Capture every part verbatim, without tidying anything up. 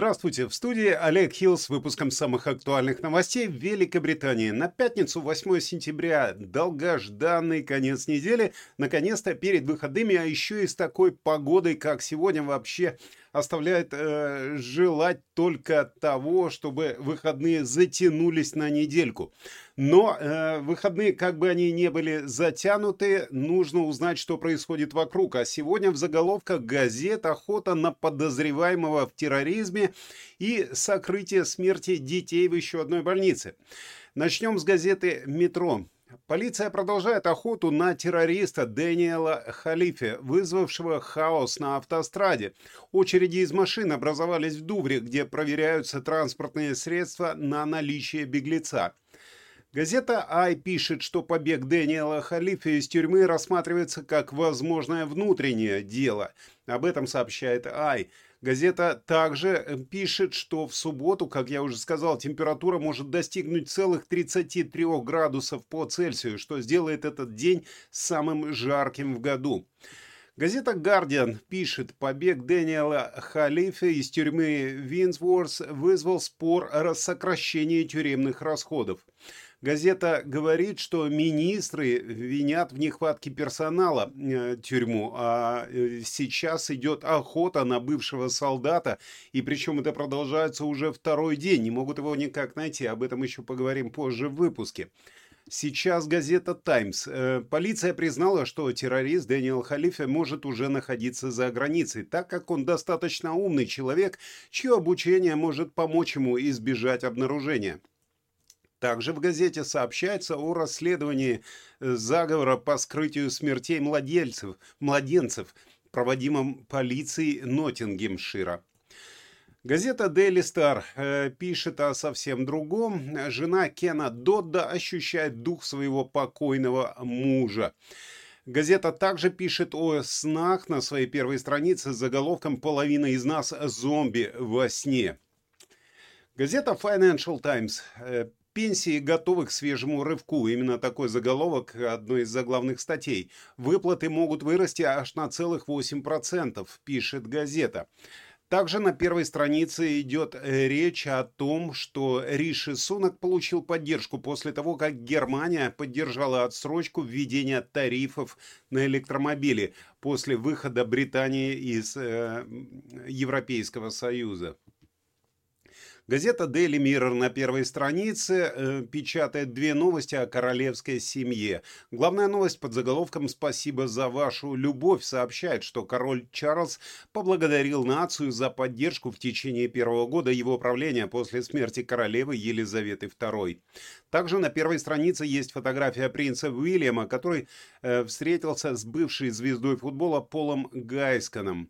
Здравствуйте, в студии Олег Хилл с выпуском самых актуальных новостей в Великобритании. На пятницу, восьмое сентября, долгожданный конец недели. Наконец-то перед выходными, а еще и с такой погодой, как сегодня, вообще оставляет э, желать только того, чтобы выходные затянулись на недельку. Но э, выходные, как бы они ни были затянуты, нужно узнать, что происходит вокруг. А сегодня в заголовках газет «Охота на подозреваемого в терроризме» и «Сокрытие смерти детей в еще одной больнице». Начнем с газеты «Метро». Полиция продолжает охоту на террориста Дэниела Халифе, вызвавшего хаос на автостраде. Очереди из машин образовались в Дувре, где проверяются транспортные средства на наличие беглеца. Газета «Ай» пишет, что побег Дэниела Халифе из тюрьмы рассматривается как возможное внутреннее дело. Об этом сообщает «Ай». Газета также пишет, что в субботу, как я уже сказал, температура может достигнуть целых тридцати трёх градусов по Цельсию, что сделает этот день самым жарким в году. Газета «Гардиан» пишет, побег Дэниела Халифе из тюрьмы Винсворс вызвал спор о сокращении тюремных расходов. Газета говорит, что министры винят в нехватке персонала э, тюрьму, а э, сейчас идет охота на бывшего солдата, и причем это продолжается уже второй день, не могут его никак найти, об этом еще поговорим позже в выпуске. Сейчас газета «Таймс». Э, полиция признала, что террорист Дэниел Халифе может уже находиться за границей, так как он достаточно умный человек, чье обучение может помочь ему избежать обнаружения. Также в газете сообщается о расследовании заговора по скрытию смертей младенцев, младенцев проводимом полицией Ноттингемшира. Газета Daily Star э, пишет о совсем другом. Жена Кена Додда ощущает дух своего покойного мужа. Газета также пишет о снах на своей первой странице с заголовком «Половина из нас зомби во сне». Газета Financial Times. Э, Пенсии готовы к свежему рывку. Именно такой заголовок одной из заглавных статей. Выплаты могут вырасти аж на целых восемь процентов, пишет газета. Также на первой странице идет речь о том, что Риши Сунак получил поддержку после того, как Германия поддержала отсрочку введения тарифов на электромобили после выхода Британии из э, Европейского Союза. Газета Daily Mirror на первой странице э, печатает две новости о королевской семье. Главная новость под заголовком «Спасибо за вашу любовь» сообщает, что король Чарльз поблагодарил нацию за поддержку в течение первого года его правления после смерти королевы Елизаветы второй. Также на первой странице есть фотография принца Уильяма, который э, встретился с бывшей звездой футбола Полом Гайсконом.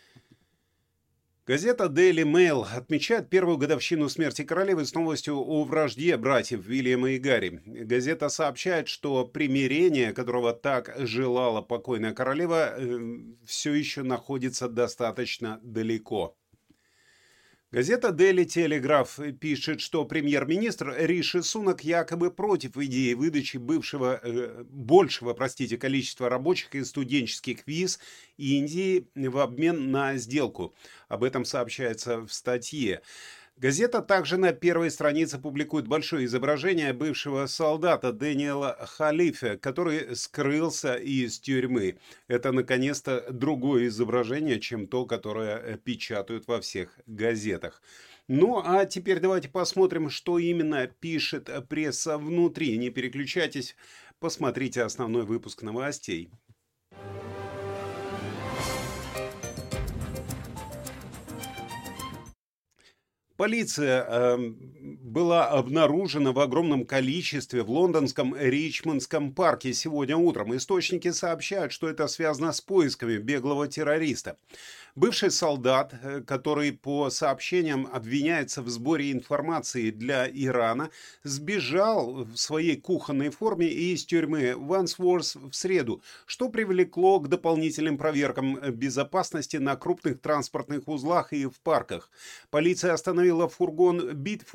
Газета Daily Mail отмечает первую годовщину смерти королевы с новостью о вражде братьев Уильяма и Гарри. Газета сообщает, что примирение, которого так желала покойная королева, э, все еще находится достаточно далеко. Газета Daily Telegraph пишет, что премьер-министр Риши Сунак якобы против идеи выдачи бывшего, э, большего простите, количества рабочих и студенческих виз Индии в обмен на сделку. Об этом сообщается в статье. Газета также на первой странице публикует большое изображение бывшего солдата Дэниела Халифе, который скрылся из тюрьмы. Это, наконец-то, другое изображение, чем то, которое печатают во всех газетах. Ну, а теперь давайте посмотрим, что именно пишет пресса внутри. Не переключайтесь, посмотрите основной выпуск новостей. Полиция э, была обнаружена в огромном количестве в лондонском Ричмондском парке сегодня утром. Источники сообщают, что это связано с поисками беглого террориста. Бывший солдат, который по сообщениям обвиняется в сборе информации для Ирана, сбежал в своей кухонной форме из тюрьмы Вансворс в среду, что привлекло к дополнительным проверкам безопасности на крупных транспортных узлах и в парках. Полиция остановила фургон Битфут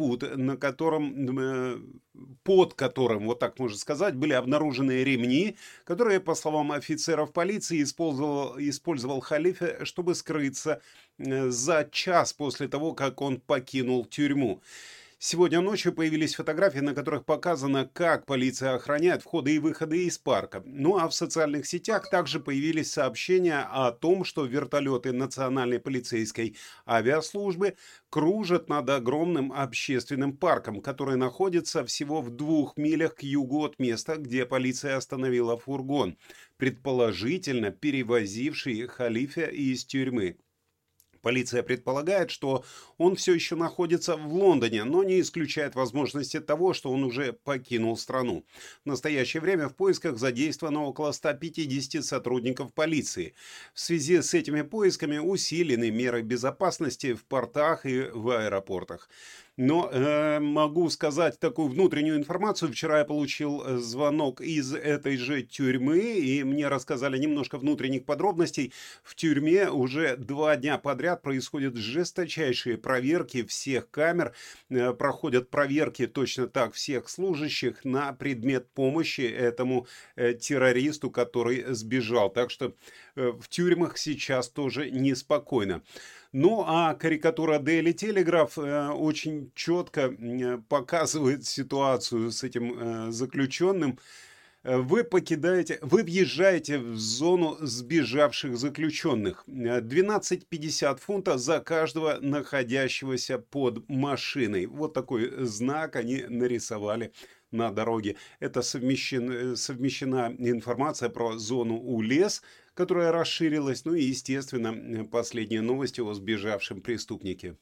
на котором, э, под которым, вот так можно сказать, были обнаружены ремни, которые, по словам офицеров полиции, использовал, использовал халифе, чтобы скрыться э, за час после того, как он покинул тюрьму. Сегодня ночью появились фотографии, на которых показано, как полиция охраняет входы и выходы из парка. Ну а в социальных сетях также появились сообщения о том, что вертолеты Национальной полицейской авиаслужбы кружат над огромным общественным парком, который находится всего в двух милях к югу от места, где полиция остановила фургон, предположительно перевозивший халифа из тюрьмы. Полиция предполагает, что он все еще находится в Лондоне, но не исключает возможности того, что он уже покинул страну. В настоящее время в поисках задействовано около ста пятидесяти сотрудников полиции. В связи с этими поисками усилены меры безопасности в портах и в аэропортах. Но э, могу сказать такую внутреннюю информацию. Вчера я получил звонок из этой же тюрьмы, и мне рассказали немножко внутренних подробностей. В тюрьме уже два дня подряд происходят жесточайшие проверки всех камер, э, проходят проверки точно так всех служащих на предмет помощи этому э, террористу, который сбежал. Так что э, в тюрьмах сейчас тоже неспокойно. Ну, а карикатура Daily Telegraph э, очень четко э, показывает ситуацию с этим э, заключенным. Э, Вы покидаете, вы въезжаете в зону сбежавших заключенных. Э, двенадцать пятьдесят фунтов за каждого находящегося под машиной. Вот такой знак они нарисовали на дороге. Это совмещен, совмещена информация про зону УЛЕС, которая расширилась, ну и, естественно, последние новости о сбежавшем преступнике.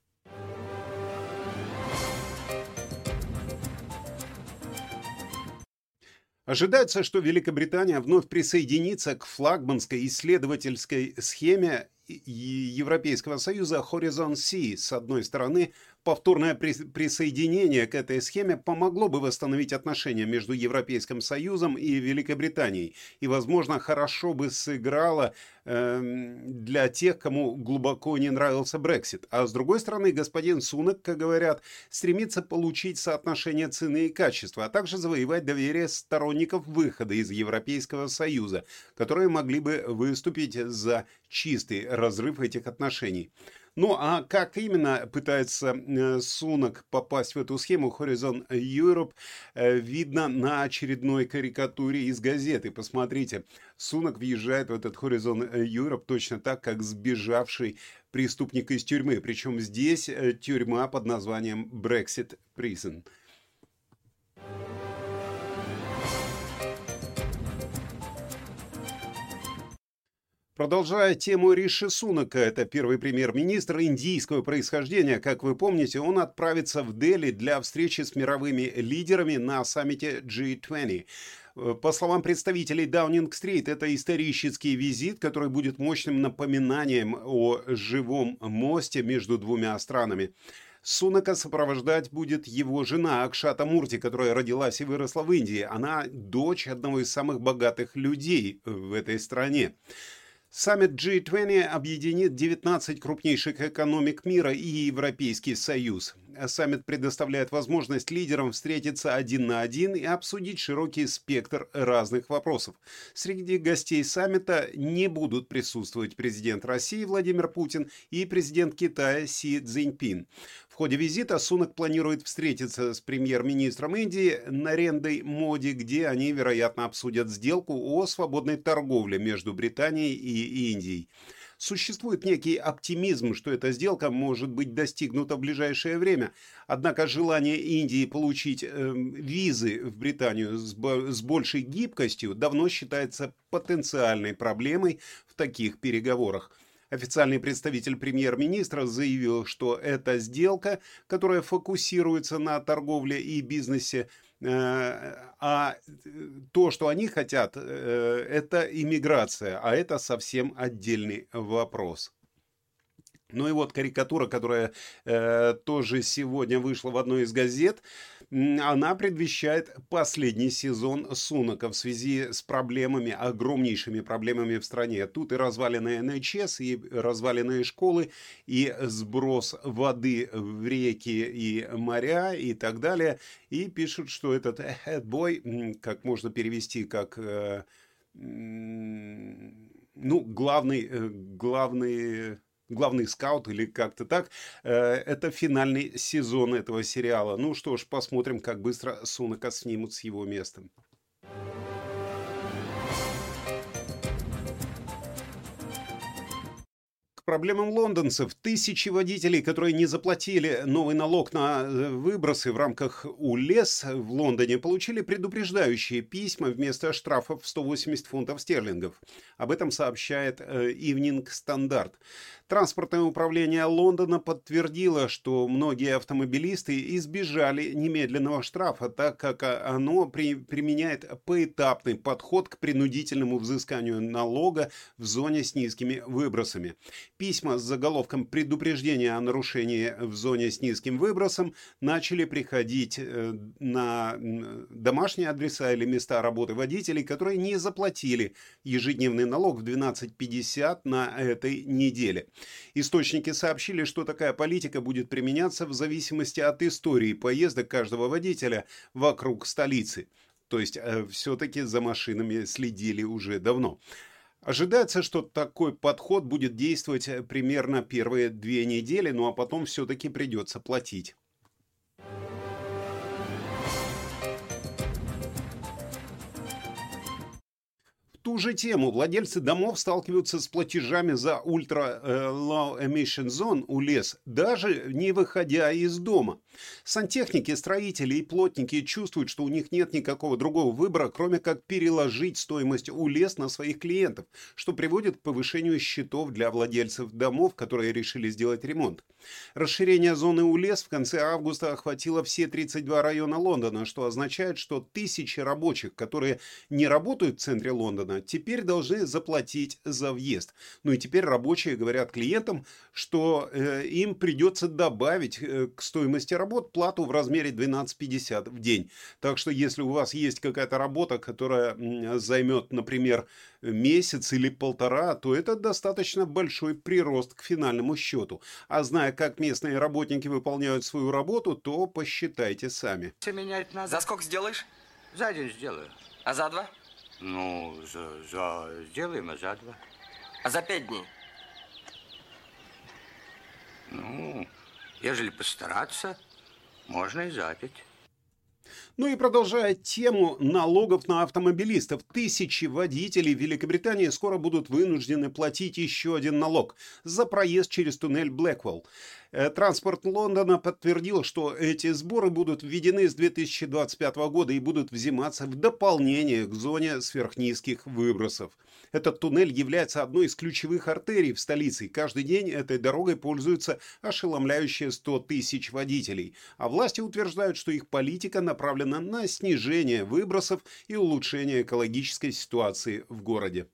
Ожидается, что Великобритания вновь присоединится к флагманской исследовательской схеме Европейского Союза Horizon Sea. С одной стороны, повторное присоединение к этой схеме помогло бы восстановить отношения между Европейским Союзом и Великобританией. И, возможно, хорошо бы сыграло э, для тех, кому глубоко не нравился Брексит. А с другой стороны, господин Сунак, как говорят, стремится получить соотношение цены и качества, а также завоевать доверие сторонников выхода из Европейского Союза, которые могли бы выступить за чистый разрыв этих отношений. Ну, а как именно пытается э, Сунак попасть в эту схему Horizon Europe, э, видно на очередной карикатуре из газеты. Посмотрите, Сунак въезжает в этот Horizon Europe точно так, как сбежавший преступник из тюрьмы. Причем здесь э, тюрьма под названием Brexit Prison. Продолжая тему Риши Сунака, это первый премьер-министр индийского происхождения. Как вы помните, он отправится в Дели для встречи с мировыми лидерами на саммите джи двадцать. По словам представителей Даунинг-стрит, это исторический визит, который будет мощным напоминанием о живом мосте между двумя странами. Сунака сопровождать будет его жена Акшата Мурти, которая родилась и выросла в Индии. Она дочь одного из самых богатых людей в этой стране. Саммит джи двадцать объединит девятнадцать крупнейших экономик мира и Европейский Союз. Саммит предоставляет возможность лидерам встретиться один на один и обсудить широкий спектр разных вопросов. Среди гостей саммита не будут присутствовать президент России Владимир Путин и президент Китая Си Цзиньпин. В ходе визита Сунак планирует встретиться с премьер-министром Индии Нарендрой Моди, где они, вероятно, обсудят сделку о свободной торговле между Британией и Индией. Существует некий оптимизм, что эта сделка может быть достигнута в ближайшее время. Однако желание Индии получить э, визы в Британию с, с большей гибкостью давно считается потенциальной проблемой в таких переговорах. Официальный представитель премьер-министра заявил, что эта сделка, которая фокусируется на торговле и бизнесе, а то, что они хотят, это иммиграция, а это совсем отдельный вопрос. Ну и вот карикатура, которая э, тоже сегодня вышла в одной из газет, м, она предвещает последний сезон Сунака в связи с проблемами, огромнейшими проблемами в стране. Тут и разваленные эн эйч эс, и разваленные школы, и сброс воды в реки и моря и так далее. И пишут, что этот head boy, как можно перевести, как... э, м, ну, главный, э, главный главный скаут или как-то так. Э, Это финальный сезон этого сериала. Ну что ж, посмотрим, как быстро Сунака снимут с его места. К проблемам лондонцев. Тысячи водителей, которые не заплатили новый налог на э, выбросы в рамках УЛЕС в Лондоне, получили предупреждающие письма вместо штрафов в сто восемьдесят фунтов стерлингов. Об этом сообщает э, Evening Standard. Транспортное управление Лондона подтвердило, что многие автомобилисты избежали немедленного штрафа, так как оно при, применяет поэтапный подход к принудительному взысканию налога в зоне с низкими выбросами. Письма с заголовком «Предупреждение о нарушении в зоне с низким выбросом» начали приходить э, на домашние адреса или места работы водителей, которые не заплатили ежедневный налог в двенадцать пятьдесят на этой неделе. Источники сообщили, что такая политика будет применяться в зависимости от истории поездок каждого водителя вокруг столицы. То есть э, все-таки за машинами следили уже давно. Ожидается, что такой подход будет действовать примерно первые две недели, ну а потом все-таки придется платить. Ту же тему владельцы домов сталкиваются с платежами за Ultra Low Emission Zone УЛЕС, даже не выходя из дома. Сантехники, строители и плотники чувствуют, что у них нет никакого другого выбора, кроме как переложить стоимость УЛЕС на своих клиентов, что приводит к повышению счетов для владельцев домов, которые решили сделать ремонт. Расширение зоны УЛЕС в конце августа охватило все тридцать два района Лондона, что означает, что тысячи рабочих, которые не работают в центре Лондона, теперь должны заплатить за въезд. Ну и теперь рабочие говорят клиентам, что э, им придется добавить э, к стоимости работ плату в размере двенадцать пятьдесят в день. Так что если у вас есть какая-то работа, которая м, займет, например, месяц или полтора, то это достаточно большой прирост к финальному счету. А зная, как местные работники выполняют свою работу, то посчитайте сами. Все менять надо. За сколько сделаешь? За день сделаю. А за два? Ну, за, за... сделаем, а за два. А за пять дней? Ну, ежели постараться, можно и за пять. Ну и продолжая тему налогов на автомобилистов, тысячи водителей в Великобритании скоро будут вынуждены платить еще один налог за проезд через туннель Блэквелл. Транспорт Лондона подтвердил, что эти сборы будут введены с две тысячи двадцать пятого года и будут взиматься в дополнение к зоне сверхнизких выбросов. Этот туннель является одной из ключевых артерий в столице. Каждый день этой дорогой пользуются ошеломляющие сто тысяч водителей. А власти утверждают, что их политика направлена на снижение выбросов и улучшение экологической ситуации в городе.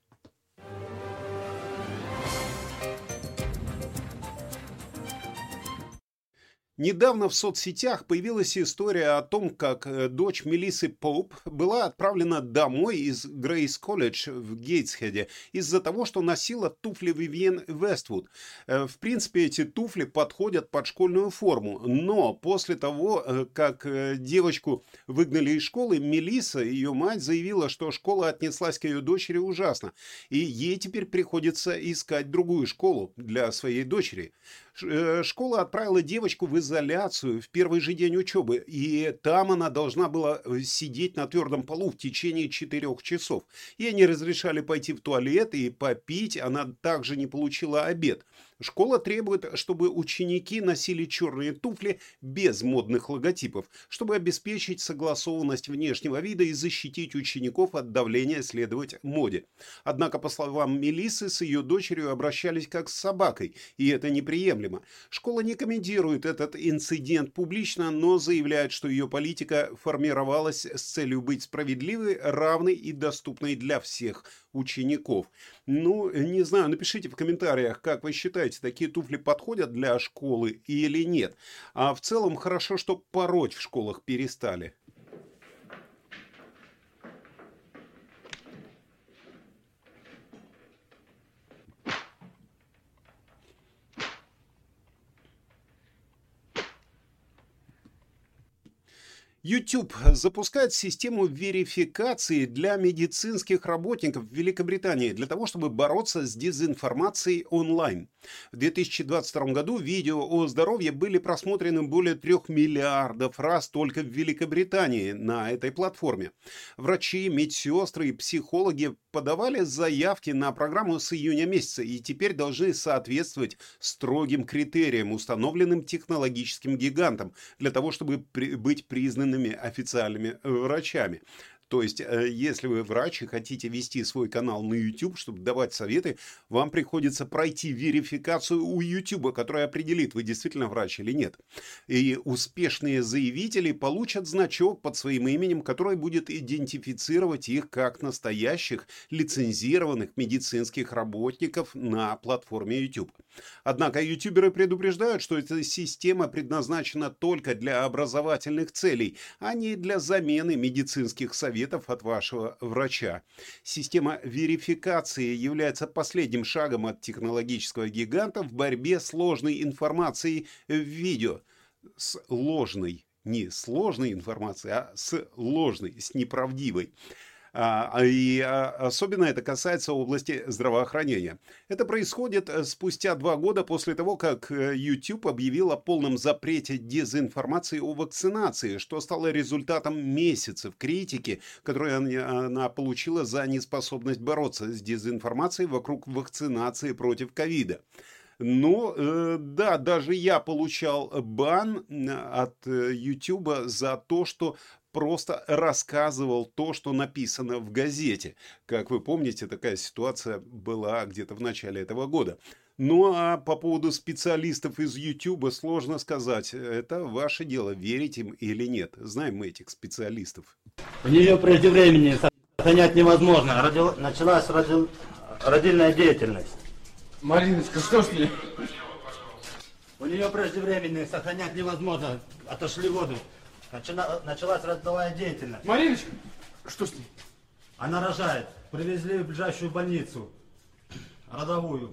Недавно в соцсетях появилась история о том, как дочь Мелиссы Поуп была отправлена домой из Грейс Колледж в Гейтсхеде из-за того, что носила туфли Вивьен Вествуд. В принципе, эти туфли подходят под школьную форму, но после того, как девочку выгнали из школы, Мелисса, ее мать, заявила, что школа отнеслась к ее дочери ужасно, и ей теперь приходится искать другую школу для своей дочери. Школа отправила девочку в изоляцию в первый же день учебы, и там она должна была сидеть на твердом полу в течение четырех часов. Ей не разрешали пойти в туалет и попить, она также не получила обед. Школа требует, чтобы ученики носили черные туфли без модных логотипов, чтобы обеспечить согласованность внешнего вида и защитить учеников от давления следовать моде. Однако, по словам Мелиссы, с ее дочерью обращались как с собакой, и это неприемлемо. Школа не комментирует этот инцидент публично, но заявляет, что ее политика формировалась с целью быть справедливой, равной и доступной для всех учеников. Ну, не знаю, напишите в комментариях, как вы считаете, такие туфли подходят для школы или нет. А в целом хорошо, что пороть в школах перестали. YouTube запускает систему верификации для медицинских работников в Великобритании для того, чтобы бороться с дезинформацией онлайн. В две тысячи двадцать втором году видео о здоровье были просмотрены более трех миллиардов раз только в Великобритании на этой платформе. Врачи, медсестры и психологи подавали заявки на программу с июня месяца и теперь должны соответствовать строгим критериям, установленным технологическим гигантом, для того, чтобы при- быть признанными официальными врачами. То есть, если вы врач и хотите вести свой канал на YouTube, чтобы давать советы, вам приходится пройти верификацию у YouTube, которая определит, вы действительно врач или нет. И успешные заявители получат значок под своим именем, который будет идентифицировать их как настоящих лицензированных медицинских работников на платформе YouTube. Однако ютуберы предупреждают, что эта система предназначена только для образовательных целей, а не для замены медицинских советов от вашего врача. Система верификации является последним шагом от технологического гиганта в борьбе с сложной информацией в видео. С ложной, не сложной информацией, а с ложной, с неправдивой. А, и а, особенно это касается области здравоохранения. Это происходит спустя два года после того, как YouTube объявил о полном запрете дезинформации о вакцинации, что стало результатом месяцев критики, которую она, она получила за неспособность бороться с дезинформацией вокруг вакцинации против ковида. Ну, э, да, даже я получал бан от YouTube за то, что просто рассказывал то, что написано в газете. Как вы помните, такая ситуация была где-то в начале этого года. Ну а по поводу специалистов из YouTube сложно сказать. Это ваше дело, верить им или нет. Знаем мы этих специалистов. У нее прежде времени сохранять невозможно. Родил... Началась родил... родильная деятельность. Мариночка, что с ней? У нее прежде времени сохранять невозможно. Отошли воду. Начина... Началась родовая деятельность. Мариночка, что с ней? Она рожает. Привезли в ближайшую больницу. Родовую.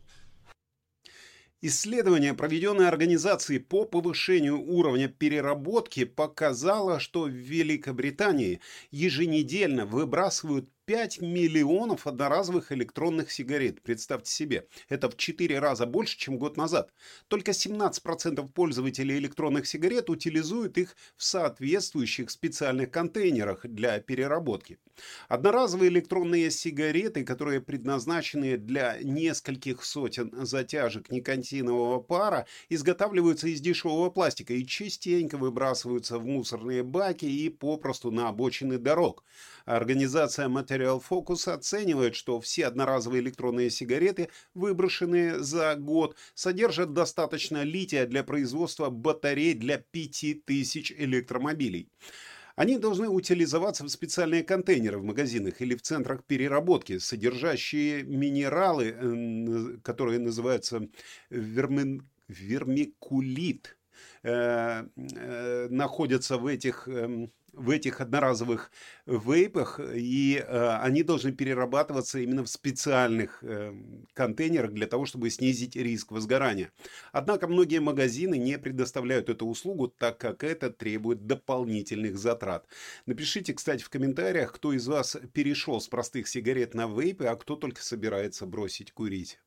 Исследование, проведенное организацией по повышению уровня переработки, показало, что в Великобритании еженедельно выбрасывают пять миллионов одноразовых электронных сигарет. Представьте себе, это в четыре раза больше, чем год назад. Только семнадцать процентов пользователей электронных сигарет утилизуют их в соответствующих специальных контейнерах для переработки. Одноразовые электронные сигареты, которые предназначены для нескольких сотен затяжек никотинового пара, изготавливаются из дешевого пластика и частенько выбрасываются в мусорные баки и попросту на обочины дорог. Организация Material Focus оценивает, что все одноразовые электронные сигареты, выброшенные за год, содержат достаточно лития для производства батарей для пяти тысяч электромобилей. Они должны утилизоваться в специальные контейнеры в магазинах или в центрах переработки, содержащие минералы, которые называются верми... вермикулит, э, э, находятся в этих... Э, в этих одноразовых вейпах, и э, они должны перерабатываться именно в специальных э, контейнерах для того, чтобы снизить риск возгорания. Однако многие магазины не предоставляют эту услугу, так как это требует дополнительных затрат. Напишите, кстати, в комментариях, кто из вас перешел с простых сигарет на вейпы, а кто только собирается бросить курить.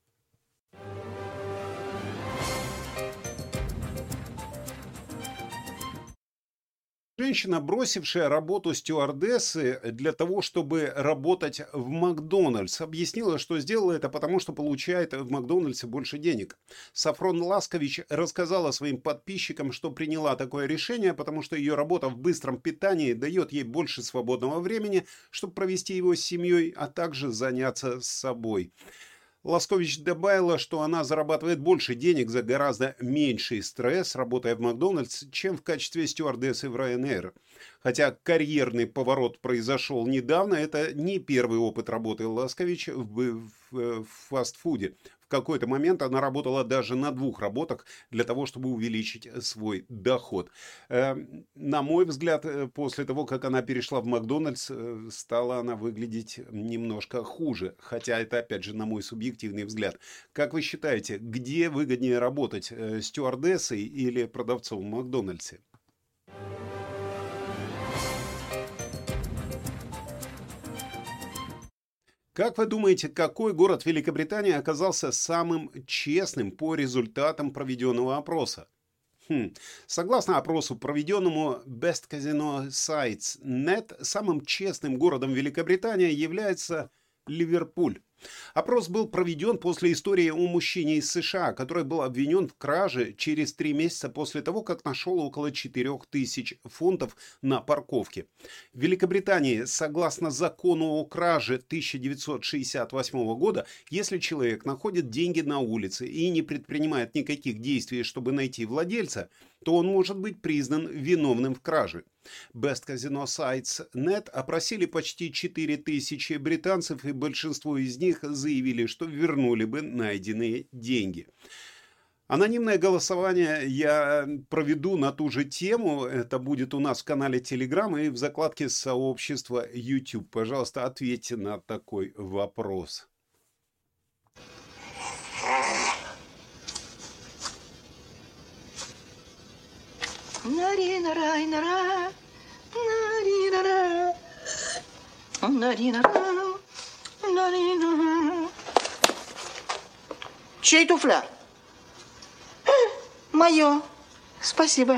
Женщина, бросившая работу стюардессы для того, чтобы работать в Макдональдс, объяснила, что сделала это потому, что получает в Макдональдсе больше денег. Сафрон Ласкович рассказала своим подписчикам, что приняла такое решение, потому что ее работа в быстром питании дает ей больше свободного времени, чтобы провести его с семьей, а также заняться собой. Ласкович добавила, что она зарабатывает больше денег за гораздо меньший стресс, работая в Макдональдс, чем в качестве стюардессы в Ryanair. Хотя карьерный поворот произошел недавно, это не первый опыт работы Ласкович в, в, в фастфуде. В какой-то момент она работала даже на двух работах для того, чтобы увеличить свой доход. Э, на мой взгляд, после того, как она перешла в Макдональдс, стала она выглядеть немножко хуже. Хотя это, опять же, на мой субъективный взгляд. Как вы считаете, где выгоднее работать, стюардессой или продавцом в Макдональдсе? Как вы думаете, какой город Великобритании оказался самым честным по результатам проведенного опроса? Хм. Согласно опросу, проведенному Best Casino Sites точка нет, самым честным городом Великобритании является Ливерпуль. Опрос был проведен после истории о мужчине из США, который был обвинен в краже через три месяца после того, как нашел около четырёх тысяч фунтов на парковке. В Великобритании, согласно закону о краже тысяча девятьсот шестьдесят восьмого года, если человек находит деньги на улице и не предпринимает никаких действий, чтобы найти владельца, то он может быть признан виновным в краже. Best Casino Sites точка нет опросили почти четыре тысячи британцев, и большинство из них заявили, что вернули бы найденные деньги. Анонимное голосование я проведу на ту же тему. Это будет у нас в канале Telegram и в закладке сообщества YouTube. Пожалуйста, ответьте на такой вопрос. Чей туфля? Мое. Спасибо.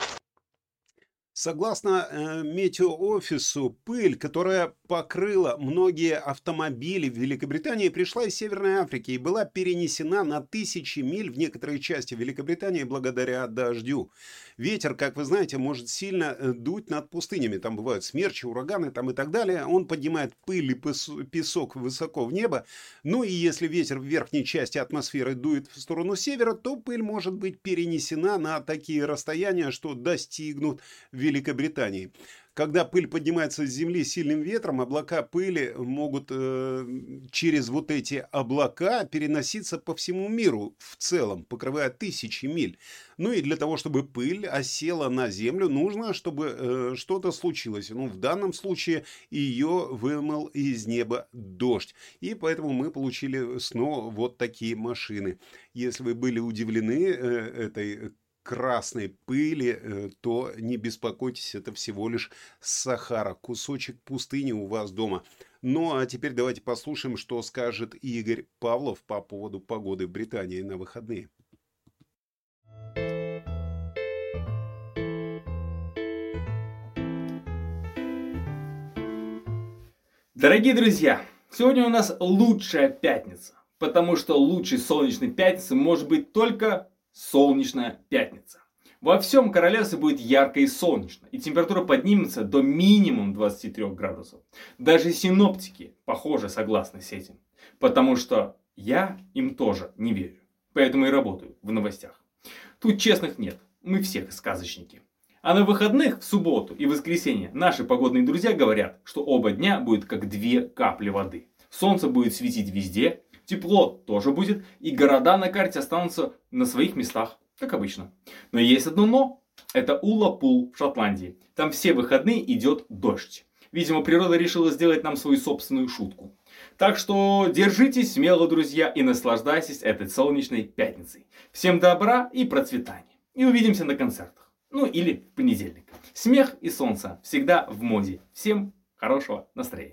Согласно э, метеоофису, пыль, которая покрыла многие автомобили в Великобритании, пришла из Северной Африки и была перенесена на тысячи миль в некоторые части Великобритании благодаря дождю. Ветер, как вы знаете, может сильно дуть над пустынями. Там бывают смерчи, ураганы там и так далее. Он поднимает пыль и песок высоко в небо. Ну и если ветер в верхней части атмосферы дует в сторону севера, то пыль может быть перенесена на такие расстояния, что достигнут Великобритании. Когда пыль поднимается с земли сильным ветром, облака пыли могут э, через вот эти облака переноситься по всему миру в целом, покрывая тысячи миль. Ну и для того, чтобы пыль осела на землю, нужно, чтобы э, что-то случилось. Ну, в данном случае ее вымыл из неба дождь. И поэтому мы получили снова вот такие машины. Если вы были удивлены э, этой красной пыли, то не беспокойтесь, это всего лишь Сахара, кусочек пустыни у вас дома. Ну а теперь давайте послушаем, что скажет Игорь Павлов по поводу погоды в Британии на выходные. Дорогие друзья, сегодня у нас лучшая пятница, потому что лучшей солнечной пятницы может быть только солнечная пятница. Во всем королевстве будет ярко и солнечно, и температура поднимется до минимум двадцати трёх градусов. Даже синоптики, похоже, согласны с этим, потому что я им тоже не верю, поэтому и работаю в новостях. Тут честных нет, мы все сказочники. А на выходных, в субботу и воскресенье, наши погодные друзья говорят, что оба дня будет как две капли воды. Солнце будет светить везде, тепло тоже будет, и города на карте останутся на своих местах, как обычно. Но есть одно но. Это Улапул в Шотландии. Там все выходные идет дождь. Видимо, природа решила сделать нам свою собственную шутку. Так что держитесь смело, друзья, и наслаждайтесь этой солнечной пятницей. Всем добра и процветания. И увидимся на концертах. Ну или в понедельник. Смех и солнце всегда в моде. Всем хорошего настроения.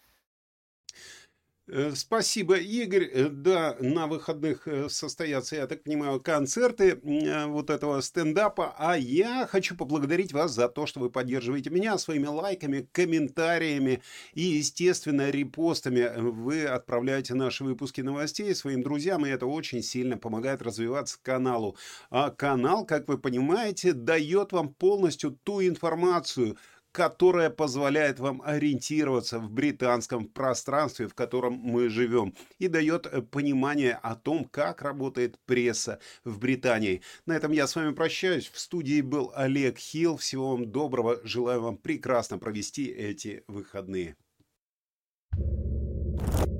Спасибо, Игорь. Да, на выходных состоятся, я так понимаю, концерты вот этого стендапа. А я хочу поблагодарить вас за то, что вы поддерживаете меня своими лайками, комментариями и, естественно, репостами. Вы отправляете наши выпуски новостей своим друзьям, и это очень сильно помогает развиваться каналу. А канал, как вы понимаете, дает вам полностью ту информацию, которая позволяет вам ориентироваться в британском пространстве, в котором мы живем, и дает понимание о том, как работает пресса в Британии. На этом я с вами прощаюсь. В студии был Олег Хилл. Всего вам доброго. Желаю вам прекрасно провести эти выходные.